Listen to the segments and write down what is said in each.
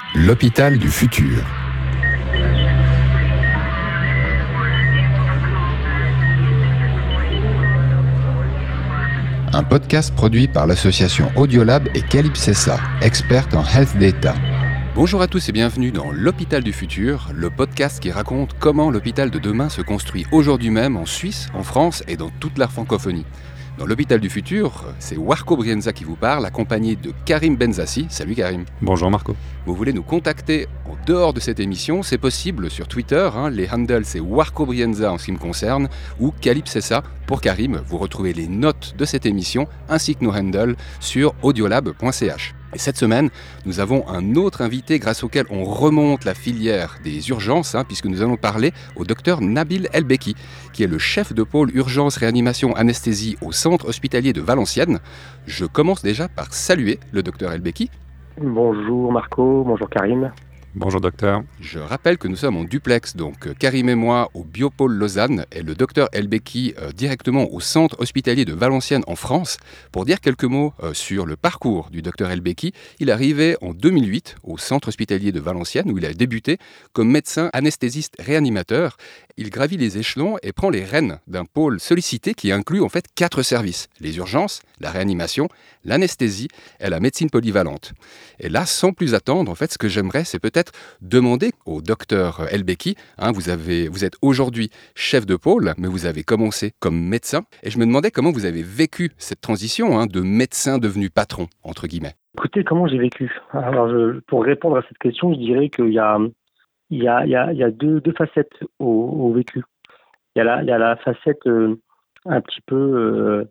L'hôpital du futur. Un podcast produit par l'association Audiolab et Calypsessa, experte en health data. Bonjour à tous et bienvenue dans l'hôpital du futur, le podcast qui raconte comment l'hôpital de demain se construit aujourd'hui même en Suisse, en France et dans toute la francophonie. Dans l'hôpital du futur, c'est Warco Brienza qui vous parle, accompagné de Karim Benzassi. Salut Karim. Bonjour Marco. Vous voulez nous contacter en dehors de cette émission, c'est possible sur Twitter, les handles c'est Warco Brienza en ce qui me concerne, ou Calypsessa pour Karim. Vous retrouvez les notes de cette émission ainsi que nos handles sur audiolab.ch. Et cette semaine, nous avons un autre invité grâce auquel on remonte la filière des urgences, puisque nous allons parler au docteur Nabil Elbeki, qui est le chef de pôle urgence, réanimation, anesthésie au centre hospitalier de Valenciennes. Je commence déjà par saluer le docteur Elbeki. Bonjour Marco, bonjour Karim. Bonjour docteur. Je rappelle que nous sommes en duplex, donc Karim et moi au Biopôle Lausanne et le docteur Elbeki directement au centre hospitalier de Valenciennes en France. Pour dire quelques mots sur le parcours du docteur Elbeki, il est arrivé en 2008 au centre hospitalier de Valenciennes où il a débuté comme médecin anesthésiste réanimateur. Il gravit les échelons et prend les rênes d'un pôle sollicité qui inclut en fait 4 services, les urgences, la réanimation, l'anesthésie et la médecine polyvalente. Et là, sans plus attendre, en fait, ce que j'aimerais, c'est peut-être demander au docteur Elbeki, vous êtes aujourd'hui chef de pôle, mais vous avez commencé comme médecin, et je me demandais comment vous avez vécu cette transition de médecin devenu patron, entre guillemets. Écoutez, comment j'ai vécu ? Alors, pour répondre à cette question, je dirais qu'il y a deux facettes au vécu. Il y a la facette un petit peu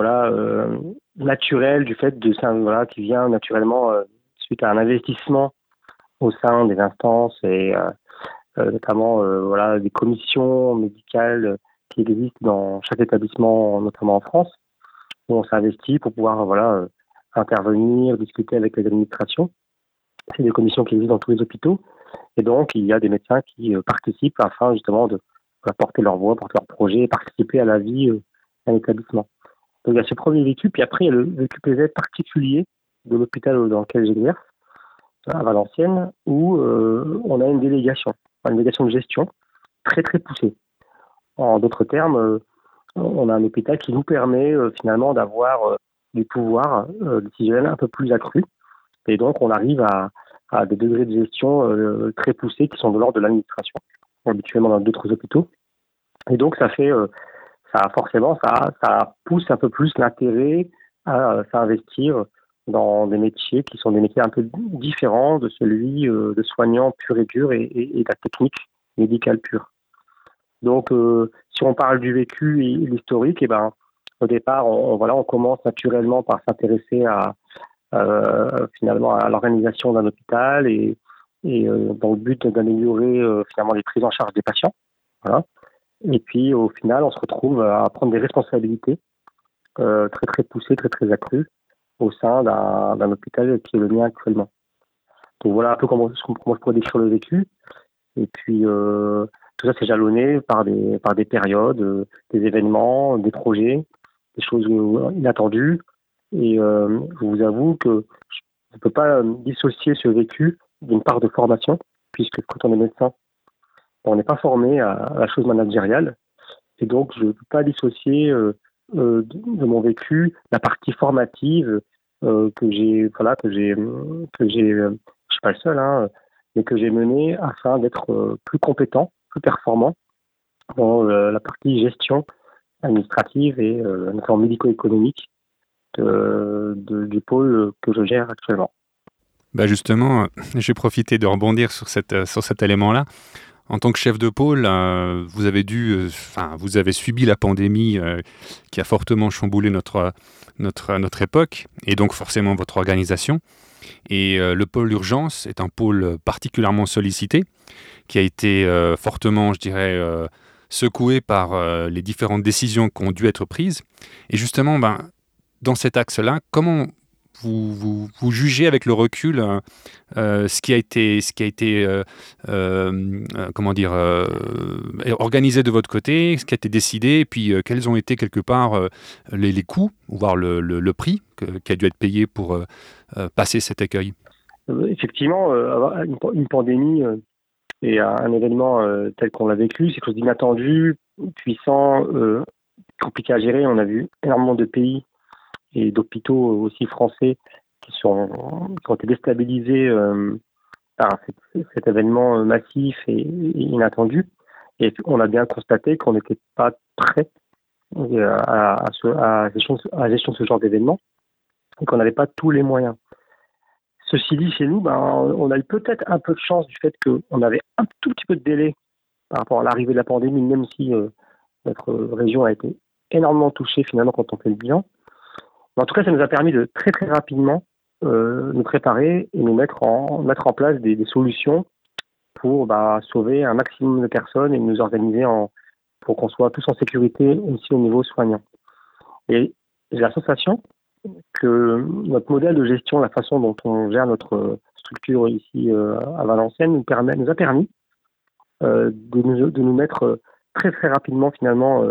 naturelle du fait de ça, qui vient naturellement suite à un investissement au sein des instances et notamment des commissions médicales qui existent dans chaque établissement, notamment en France, où on s'investit pour pouvoir intervenir, discuter avec les administrations. C'est des commissions qui existent dans tous les hôpitaux. Et donc, il y a des médecins qui participent afin justement de porter leur voix, porter leur projet et participer à la vie d'un établissement. Donc, il y a ce premier vécu, puis après, il y a le vécu PZ particulier de l'hôpital dans lequel j'exerce, à Valenciennes, où on a une délégation de gestion très très poussée. En d'autres termes, on a un hôpital qui nous permet finalement d'avoir des pouvoirs décisionnels un peu plus accrus. Et donc, on arrive à des degrés de gestion très poussés qui sont de l'ordre de l'administration, habituellement dans d'autres hôpitaux. Et donc, ça pousse un peu plus l'intérêt à s'investir dans des métiers qui sont des métiers un peu différents de celui de soignant pur et dur et de la technique médicale pure. Donc, si on parle du vécu et l'historique, au départ, on commence naturellement par s'intéresser finalement à l'organisation d'un hôpital et dans le but d'améliorer finalement les prises en charge des patients. Voilà. Et puis, au final, on se retrouve à prendre des responsabilités très très poussées, très très accrues au sein d'un hôpital qui est le mien actuellement. Donc voilà un peu comment je pourrais décrire le vécu. Et puis tout ça c'est jalonné par des périodes, des événements, des projets, des choses inattendues. Et je vous avoue que je ne peux pas dissocier ce vécu d'une part de formation, puisque quand on est médecin, on n'est pas formé à la chose managériale. Et donc je ne peux pas dissocier de mon vécu la partie formative que j'ai, je suis pas le seul, mais que j'ai menée afin d'être plus compétent, plus performant dans la partie gestion administrative et notamment médico-économique du pôle que je gère actuellement. Justement, j'ai profité de rebondir sur cet élément-là. En tant que chef de pôle, vous avez subi la pandémie qui a fortement chamboulé notre époque et donc forcément votre organisation. Et le pôle urgence est un pôle particulièrement sollicité qui a été fortement, je dirais, secoué par les différentes décisions qui ont dû être prises. Et justement, dans cet axe-là, comment vous jugez avec le recul ce qui a été organisé de votre côté, ce qui a été décidé, et puis quels ont été quelque part les coûts, voire le prix qui a dû être payé pour passer cet accueil. Effectivement, avoir une pandémie et un événement tel qu'on l'a vécu, c'est quelque chose d'inattendu, puissant, compliqué à gérer. On a vu énormément de pays et d'hôpitaux aussi français qui ont été déstabilisés par cet événement massif et inattendu. Et on a bien constaté qu'on n'était pas prêt à la gestion de ce genre d'événement et qu'on n'avait pas tous les moyens. Ceci dit, chez nous, on a eu peut-être un peu de chance du fait qu'on avait un tout petit peu de délai par rapport à l'arrivée de la pandémie, même si notre région a été énormément touchée finalement quand on fait le bilan. Mais en tout cas, ça nous a permis de très très rapidement nous préparer et nous mettre en place des solutions pour sauver un maximum de personnes et nous organiser pour qu'on soit tous en sécurité aussi au niveau soignant. Et j'ai la sensation que notre modèle de gestion, la façon dont on gère notre structure ici à Valenciennes nous a permis de nous mettre très très rapidement finalement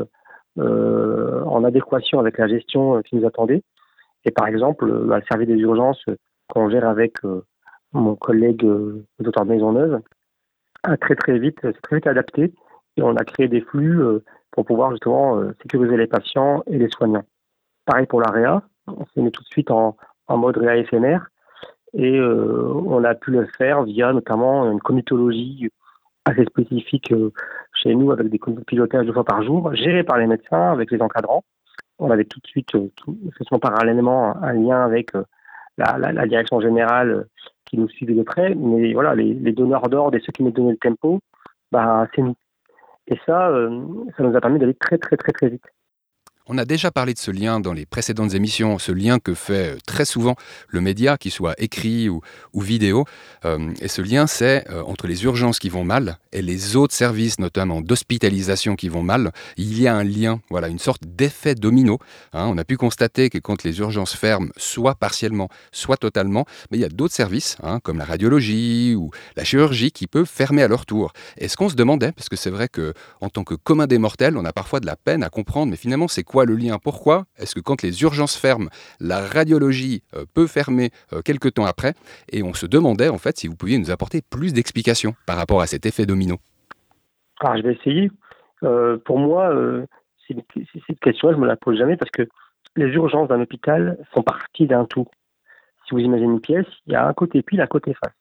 en adéquation avec la gestion qui nous attendait. Et par exemple, le service des urgences qu'on gère avec mon collègue le docteur Maisonneuve s'est très vite adapté et on a créé des flux pour pouvoir justement sécuriser les patients et les soignants. Pareil pour la réa, on s'est mis tout de suite en mode réa éphémère et on a pu le faire via notamment une comitologie assez spécifique chez nous avec des comités de pilotage 2 fois par jour, gérés par les médecins avec les encadrants. On avait tout de suite, parallèlement, un lien avec la direction générale qui nous suivait de près. Mais voilà, les donneurs d'ordre et ceux qui nous donnaient le tempo, c'est nous. Et ça nous a permis d'aller très, très, très, très vite. On a déjà parlé de ce lien dans les précédentes émissions, ce lien que fait très souvent le média, qu'il soit écrit ou vidéo. Et ce lien, c'est entre les urgences qui vont mal et les autres services, notamment d'hospitalisation, qui vont mal. Il y a un lien, voilà, une sorte d'effet domino. On a pu constater que quand les urgences ferment, soit partiellement, soit totalement, mais il y a d'autres services, comme la radiologie ou la chirurgie, qui peuvent fermer à leur tour. Et ce qu'on se demandait, parce que c'est vrai qu'en tant que commun des mortels, on a parfois de la peine à comprendre, mais finalement, c'est quoi le lien? Pourquoi est-ce que quand les urgences ferment, la radiologie peut fermer quelques temps après? Et on se demandait en fait si vous pouviez nous apporter plus d'explications par rapport à cet effet domino. Alors je vais essayer. Pour moi, cette question-là, je me la pose jamais parce que les urgences d'un hôpital font partie d'un tout. Si vous imaginez une pièce, il y a un côté pile, un côté face.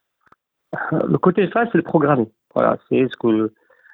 Le côté face, c'est le programmé. Voilà, c'est ce que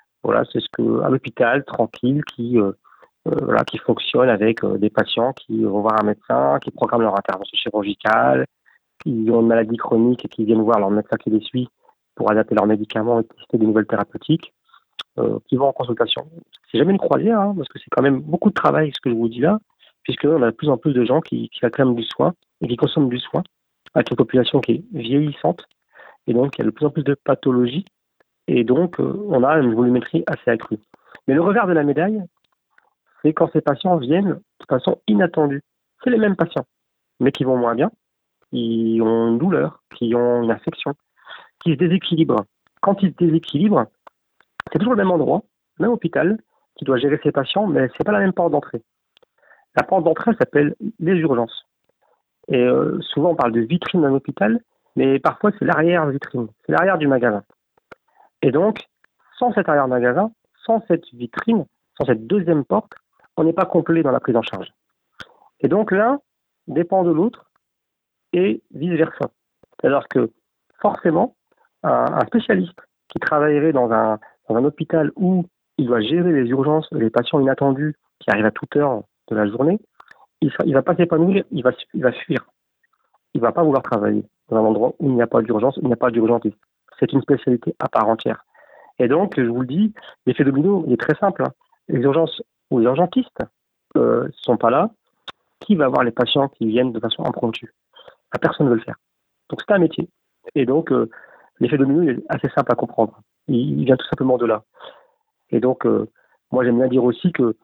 un hôpital tranquille qui fonctionne avec des patients qui vont voir un médecin, qui programment leur intervention chirurgicale, qui ont une maladie chronique et qui viennent voir leur médecin qui les suit pour adapter leurs médicaments et tester des nouvelles thérapeutiques, qui vont en consultation. C'est jamais une croisière, parce que c'est quand même beaucoup de travail, ce que je vous dis là, puisque on a de plus en plus de gens qui réclament du soin et qui consomment du soin, avec une population qui est vieillissante, et donc il y a de plus en plus de pathologies, et donc on a une volumétrie assez accrue. Mais le revers de la médaille, c'est quand ces patients viennent de façon inattendue. C'est les mêmes patients, mais qui vont moins bien, qui ont une douleur, qui ont une infection, qui se déséquilibrent. Quand ils se déséquilibrent, c'est toujours le même endroit, le même hôpital, qui doit gérer ces patients, mais ce n'est pas la même porte d'entrée. La porte d'entrée s'appelle les urgences. Et souvent, on parle de vitrine d'un hôpital, mais parfois, c'est l'arrière-vitrine, c'est l'arrière du magasin. Et donc, sans cet arrière-magasin, sans cette vitrine, sans cette deuxième porte, on n'est pas complet dans la prise en charge. Et donc l'un dépend de l'autre et vice-versa. C'est-à-dire que forcément, un spécialiste qui travaillerait dans un hôpital où il doit gérer les urgences, les patients inattendus qui arrivent à toute heure de la journée, il va pas s'épanouir, il va fuir. Il va pas vouloir travailler dans un endroit où il n'y a pas d'urgence, il n'y a pas d'urgentiste. C'est une spécialité à part entière. Et donc, je vous le dis, l'effet domino, il est très simple. Les urgences ou les urgentistes ne sont pas là. Qui va voir les patients qui viennent de façon impromptue? Personne ne veut le faire. Donc, c'est un métier. Et donc, l'effet domino est assez simple à comprendre. Il vient tout simplement de là. Et donc, moi, j'aime bien dire aussi que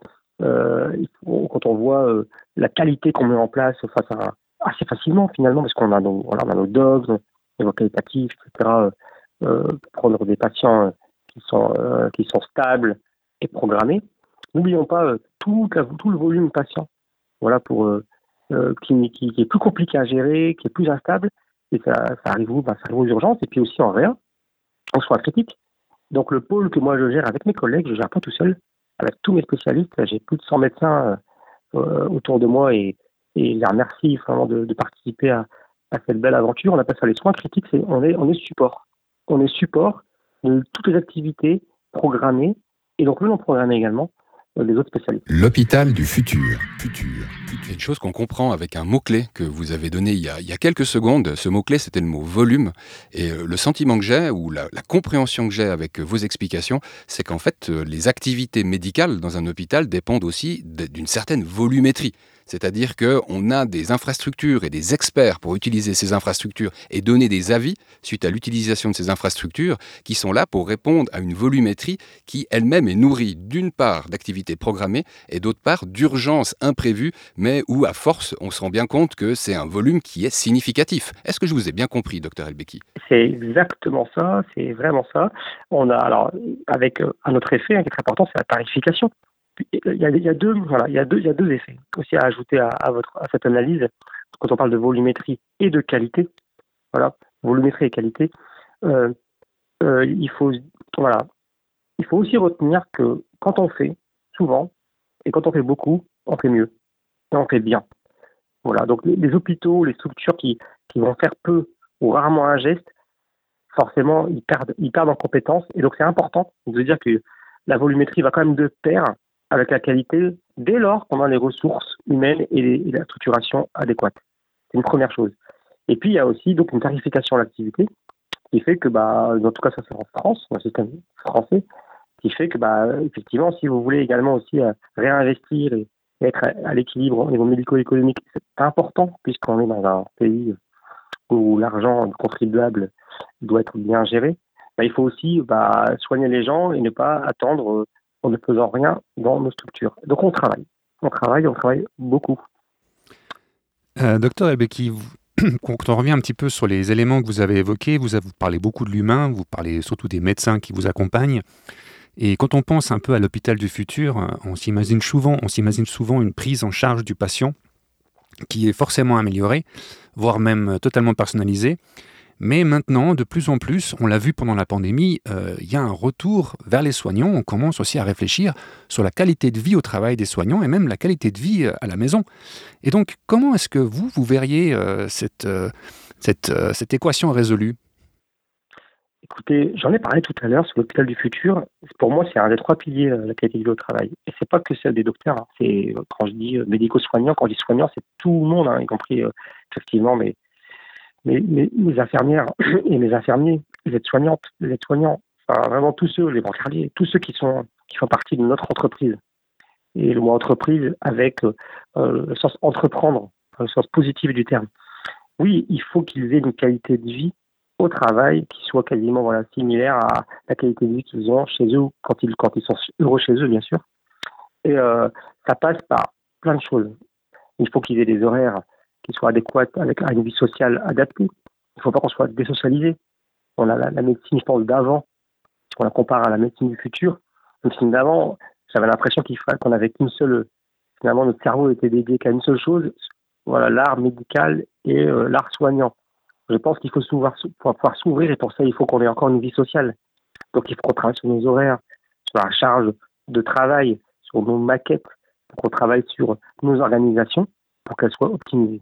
quand on voit la qualité qu'on met en place assez facilement, finalement, parce qu'on a nos dogs, nos voies qualitatives, etc., pour prendre des patients qui sont stables et programmés. N'oublions pas tout le volume patient, voilà, qui est plus compliqué à gérer, qui est plus instable, Et ça arrive où? Ça arrive aux urgences et puis aussi en réa, en soins critiques. Donc le pôle que moi je gère avec mes collègues, je ne gère pas tout seul, avec tous mes spécialistes. J'ai plus de 100 médecins autour de moi et je les remercie vraiment de participer à cette belle aventure. On appelle ça les soins critiques, on est support. On est support de toutes les activités programmées et donc le non programmées également des autres spécialistes. L'hôpital du futur. Il y a une chose qu'on comprend avec un mot-clé que vous avez donné il y a quelques secondes. Ce mot-clé, c'était le mot volume. Et le sentiment que j'ai, ou la compréhension que j'ai avec vos explications, c'est qu'en fait, les activités médicales dans un hôpital dépendent aussi d'une certaine volumétrie. C'est-à-dire qu'on a des infrastructures et des experts pour utiliser ces infrastructures et donner des avis suite à l'utilisation de ces infrastructures qui sont là pour répondre à une volumétrie qui elle-même est nourrie d'une part d'activités programmées et d'autre part d'urgences imprévues, mais où à force on se rend bien compte que c'est un volume qui est significatif. Est-ce que je vous ai bien compris, Dr Elbeki? C'est exactement ça, c'est vraiment ça. On a alors avec un autre effet qui est très important, c'est la tarification. Il y a deux effets aussi à ajouter à cette analyse quand on parle de volumétrie et de qualité. Voilà, volumétrie et qualité. Il faut aussi retenir que quand on fait souvent et quand on fait beaucoup, on fait mieux et on fait bien. Voilà, donc les hôpitaux, les structures qui vont faire peu ou rarement un geste, forcément ils perdent en compétences et donc c'est important de dire que la volumétrie va quand même de pair avec la qualité dès lors qu'on a les ressources humaines et la structuration adéquate. C'est une première chose. Et puis il y a aussi donc une tarification à l'activité qui fait que en tout cas ça c'est en France, dans le système français, qui fait que effectivement si vous voulez également aussi réinvestir et être à l'équilibre au niveau médico-économique, c'est important puisqu'on est dans un pays où l'argent du contribuable doit être bien géré. Il faut aussi soigner les gens et ne pas attendre en ne faisant rien dans nos structures. Donc on travaille beaucoup. Docteur Elbeki, quand on revient un petit peu sur les éléments que vous avez évoqués, vous parlez beaucoup de l'humain, vous parlez surtout des médecins qui vous accompagnent. Et quand on pense un peu à l'hôpital du futur, on s'imagine souvent une prise en charge du patient qui est forcément améliorée, voire même totalement personnalisée. Mais maintenant, de plus en plus, on l'a vu pendant la pandémie, il y a un retour vers les soignants. On commence aussi à réfléchir sur la qualité de vie au travail des soignants et même la qualité de vie à la maison. Et donc, comment est-ce que vous verriez cette équation résolue ? Écoutez, j'en ai parlé tout à l'heure sur l'hôpital du futur. Pour moi, c'est un des 3 piliers, la qualité de vie au travail. Et c'est pas que celle des docteurs. C'est, quand je dis médico-soignants, quand je dis soignants, c'est tout le monde, y compris effectivement mes infirmières et mes infirmiers, les aides-soignantes, les aides-soignants, enfin vraiment tous ceux, les brancardiers, tous ceux qui font partie de notre entreprise. Et le mot entreprise avec le sens entreprendre, le sens positif du terme. Oui, il faut qu'ils aient une qualité de vie au travail qui soit quasiment similaire à la qualité de vie qu'ils ont chez eux quand ils sont heureux chez eux, bien sûr. Et ça passe par plein de choses. Il faut qu'ils aient des horaires qui soient adéquates à une vie sociale adaptée. Il ne faut pas qu'on soit désocialisé. On a la médecine, je pense, d'avant, si on la compare à la médecine du futur. La médecine d'avant, j'avais l'impression qu'on avait qu'une seule... Finalement, notre cerveau était dédié qu'à une seule chose, l'art médical et l'art soignant. Je pense qu'il faut pouvoir s'ouvrir et pour ça, il faut qu'on ait encore une vie sociale. Donc, il faut qu'on travaille sur nos horaires, sur la charge de travail, sur nos maquettes, qu'on travaille sur nos organisations pour qu'elles soient optimisées.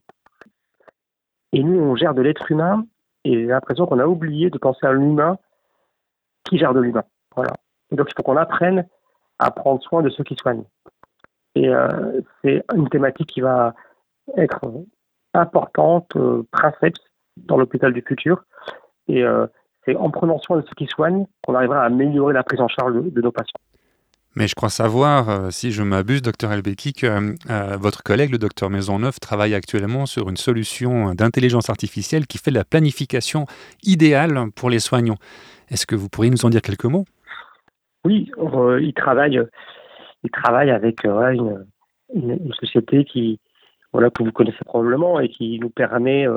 Et nous, on gère de l'être humain et j'ai l'impression qu'on a oublié de penser à l'humain qui gère de l'humain. Voilà. Et donc, il faut qu'on apprenne à prendre soin de ceux qui soignent. Et c'est une thématique qui va être importante, princeps, dans l'hôpital du futur. Et c'est en prenant soin de ceux qui soignent qu'on arrivera à améliorer la prise en charge de nos patients. Mais je crois savoir, si je m'abuse, Dr Elbeki, que votre collègue, le Dr Maisonneuve, travaille actuellement sur une solution d'intelligence artificielle qui fait de la planification idéale pour les soignants. Est-ce que vous pourriez nous en dire quelques mots ? Oui, il travaille avec une société que vous connaissez probablement et qui nous permet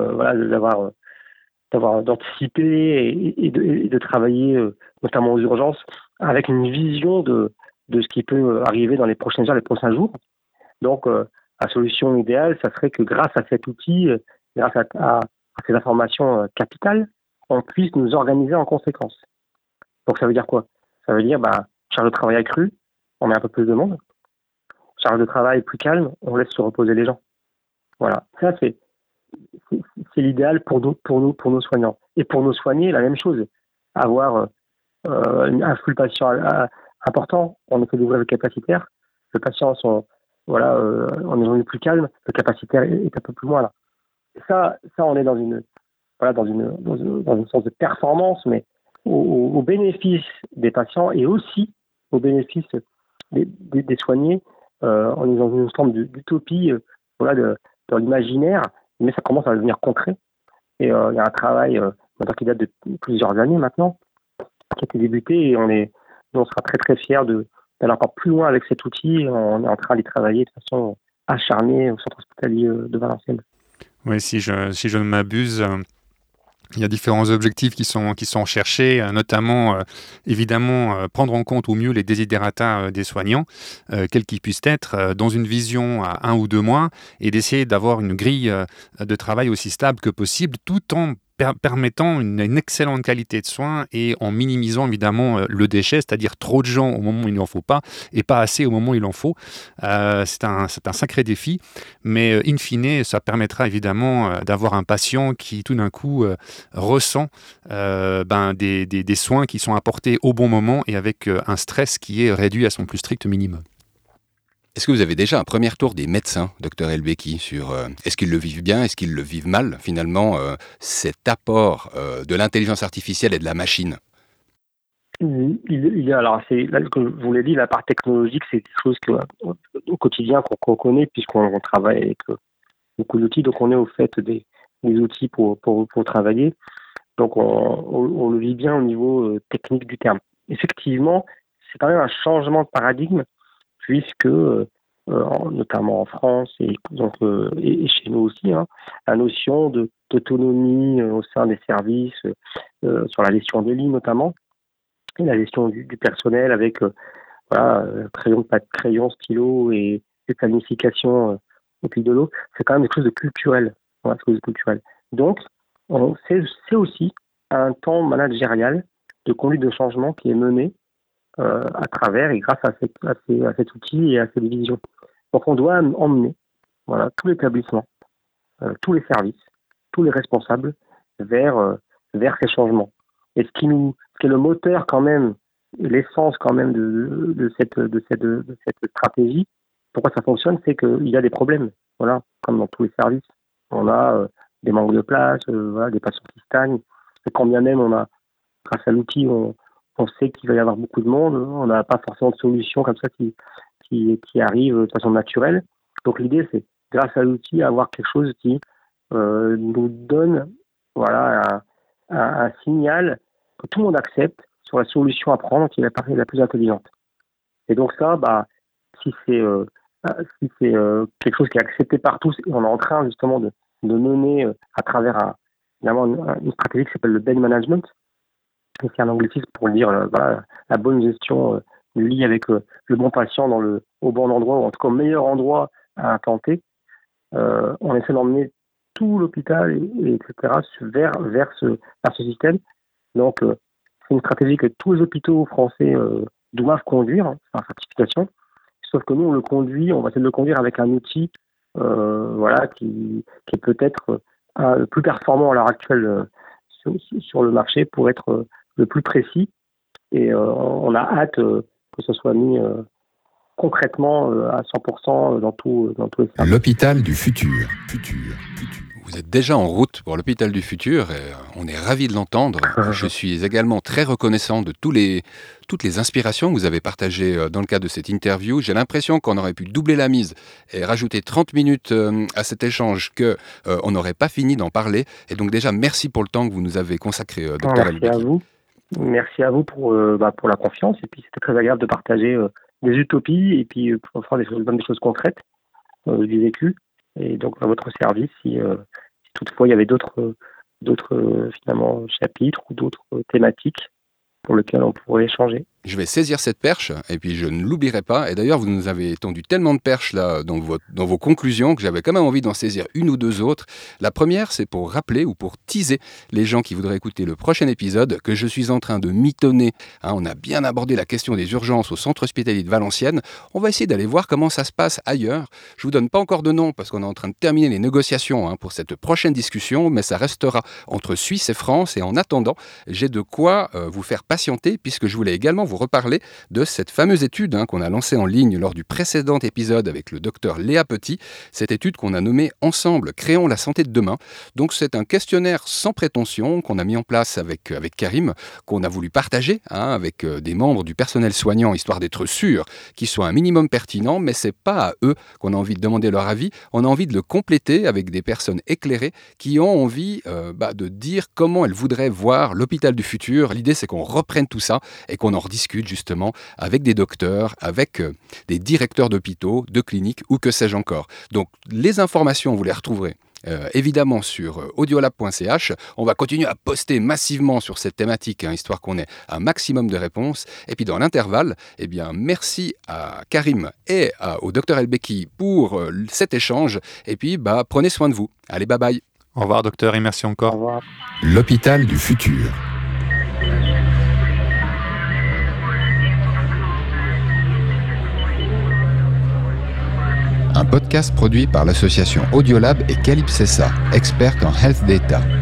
d'anticiper et de travailler notamment aux urgences avec une vision de ce qui peut arriver dans les prochaines heures, les prochains jours. Donc, la solution idéale, ça serait que grâce à cet outil, grâce à ces informations capitales, on puisse nous organiser en conséquence. Donc ça veut dire quoi? Ça veut dire charge de travail accrue, on met un peu plus de monde. Charge de travail plus calme, on laisse se reposer les gens. Voilà, ça c'est l'idéal pour nos soignants. Et pour nos soignés, la même chose. Avoir un flux patient important, on essaie d'ouvrir le capacitaire. Les patients sont, on est plus calme, le capacitaire est un peu plus loin là. Et ça, on est dans une sorte de performance, mais au bénéfice des patients et aussi au bénéfice des soignés. On est dans une forme d'utopie, dans l'imaginaire, mais ça commence à devenir concret. Et il y a un travail qui date de plusieurs années maintenant, qui a été débuté, et on sera très très fiers d'aller encore plus loin avec cet outil. On est en train d'y travailler de façon acharnée au centre hospitalier de Valenciennes. Oui, si je ne m'abuse, il y a différents objectifs qui sont recherchés, notamment, évidemment, prendre en compte au mieux les desiderata des soignants, quels qu'ils puissent être, dans une vision à 1 ou 2 mois, et d'essayer d'avoir une grille de travail aussi stable que possible, tout en permettant une excellente qualité de soins et en minimisant évidemment le déchet, c'est-à-dire trop de gens au moment où il n'en faut pas et pas assez au moment où il en faut. C'est un sacré défi, mais in fine, ça permettra évidemment d'avoir un patient qui tout d'un coup ressent des soins qui sont apportés au bon moment et avec un stress qui est réduit à son plus strict minimum. Est-ce que vous avez déjà un premier tour des médecins, Dr Elbeki, sur est-ce qu'ils le vivent bien, est-ce qu'ils le vivent mal, finalement, cet apport de l'intelligence artificielle et de la machine? Alors, c'est là que je vous l'ai dit, la part technologique, c'est quelque chose au quotidien qu'on connaît, puisqu'on travaille avec beaucoup d'outils, donc on est au fait des outils pour travailler. Donc on le vit bien au niveau technique du terme. Effectivement, c'est quand même un changement de paradigme, puisque notamment en France et chez nous aussi, la notion d'autonomie au sein des services, sur la gestion des lits notamment, et la gestion du personnel avec crayon, stylo et planification au fil de l'eau, c'est quand même quelque chose de culturel. Voilà, quelque chose de culturel. Donc, c'est aussi un temps managérial de conduite de changement qui est mené à travers et grâce à cet outil et à cette vision. Donc on doit emmener tout l'établissement, tous les services, tous les responsables vers ces changements. Et ce qui est le moteur quand même, l'essence quand même de cette stratégie, pourquoi ça fonctionne, c'est qu'il y a des problèmes. Voilà, comme dans tous les services. On a des manques de place, des patients qui stagnent. Et quand bien même grâce à l'outil, on sait qu'il va y avoir beaucoup de monde, on n'a pas forcément de solution comme ça qui arrive de façon naturelle. Donc l'idée, c'est, grâce à l'outil, avoir quelque chose qui nous donne un signal que tout le monde accepte sur la solution à prendre, qui est la plus intelligente. Et donc ça, si c'est quelque chose qui est accepté par tous, et on est en train justement de mener à travers une stratégie qui s'appelle le bed management, c'est un anglicisme pour dire la bonne gestion du lit avec le bon patient au bon endroit, ou en tout cas au meilleur endroit à implanter. On essaie d'emmener tout l'hôpital, etc., vers ce système. Donc, c'est une stratégie que tous les hôpitaux français doivent conduire, par certification. Sauf que nous, on va essayer de le conduire avec un outil qui est peut-être plus performant à l'heure actuelle sur le marché pour être le plus précis, et on a hâte que ce soit mis concrètement à 100% dans tous les services. L'hôpital du futur. Vous êtes déjà en route pour l'hôpital du futur et on est ravis de l'entendre. Je suis également très reconnaissant de toutes les inspirations que vous avez partagées dans le cadre de cette interview. J'ai l'impression qu'on aurait pu doubler la mise et rajouter 30 minutes à cet échange qu'on n'aurait pas fini d'en parler. Et donc déjà, merci pour le temps que vous nous avez consacré, Dr Elbeki. Merci à vous. Merci à vous pour la confiance. Et puis c'était très agréable de partager des utopies et puis pour faire des choses concrètes du vécu. Et donc à votre service, si toutefois il y avait d'autres finalement chapitres ou d'autres thématiques pour lesquelles on pourrait échanger. Je vais saisir cette perche et puis je ne l'oublierai pas. Et d'ailleurs, vous nous avez tendu tellement de perches là dans vos conclusions que j'avais quand même envie d'en saisir une ou deux autres. La première, c'est pour rappeler ou pour teaser les gens qui voudraient écouter le prochain épisode que je suis en train de mitonner. On a bien abordé la question des urgences au centre hospitalier de Valenciennes. On va essayer d'aller voir comment ça se passe ailleurs. Je vous donne pas encore de nom parce qu'on est en train de terminer les négociations pour cette prochaine discussion, mais ça restera entre Suisse et France. Et en attendant, j'ai de quoi vous faire patienter puisque je voulais également vous reparler de cette fameuse étude qu'on a lancée en ligne lors du précédent épisode avec le docteur Léa Petit, cette étude qu'on a nommée Ensemble, créons la santé de demain. Donc c'est un questionnaire sans prétention qu'on a mis en place avec Karim, qu'on a voulu partager avec des membres du personnel soignant, histoire d'être sûr qu'ils soient un minimum pertinents, mais c'est pas à eux qu'on a envie de demander leur avis, on a envie de le compléter avec des personnes éclairées qui ont envie de dire comment elles voudraient voir l'hôpital du futur. L'idée c'est qu'on reprenne tout ça et qu'on en rediscute justement avec des docteurs, avec des directeurs d'hôpitaux, de cliniques ou que sais-je encore. Donc les informations, vous les retrouverez évidemment sur audiolab.ch. On va continuer à poster massivement sur cette thématique, histoire qu'on ait un maximum de réponses. Et puis dans l'intervalle, merci à Karim et au Dr Elbeki pour cet échange. Et puis prenez soin de vous. Allez, bye bye. Au revoir docteur et merci encore. Au revoir. L'hôpital du futur. Un podcast produit par l'association Audiolab et Calypsessa, experte en health data.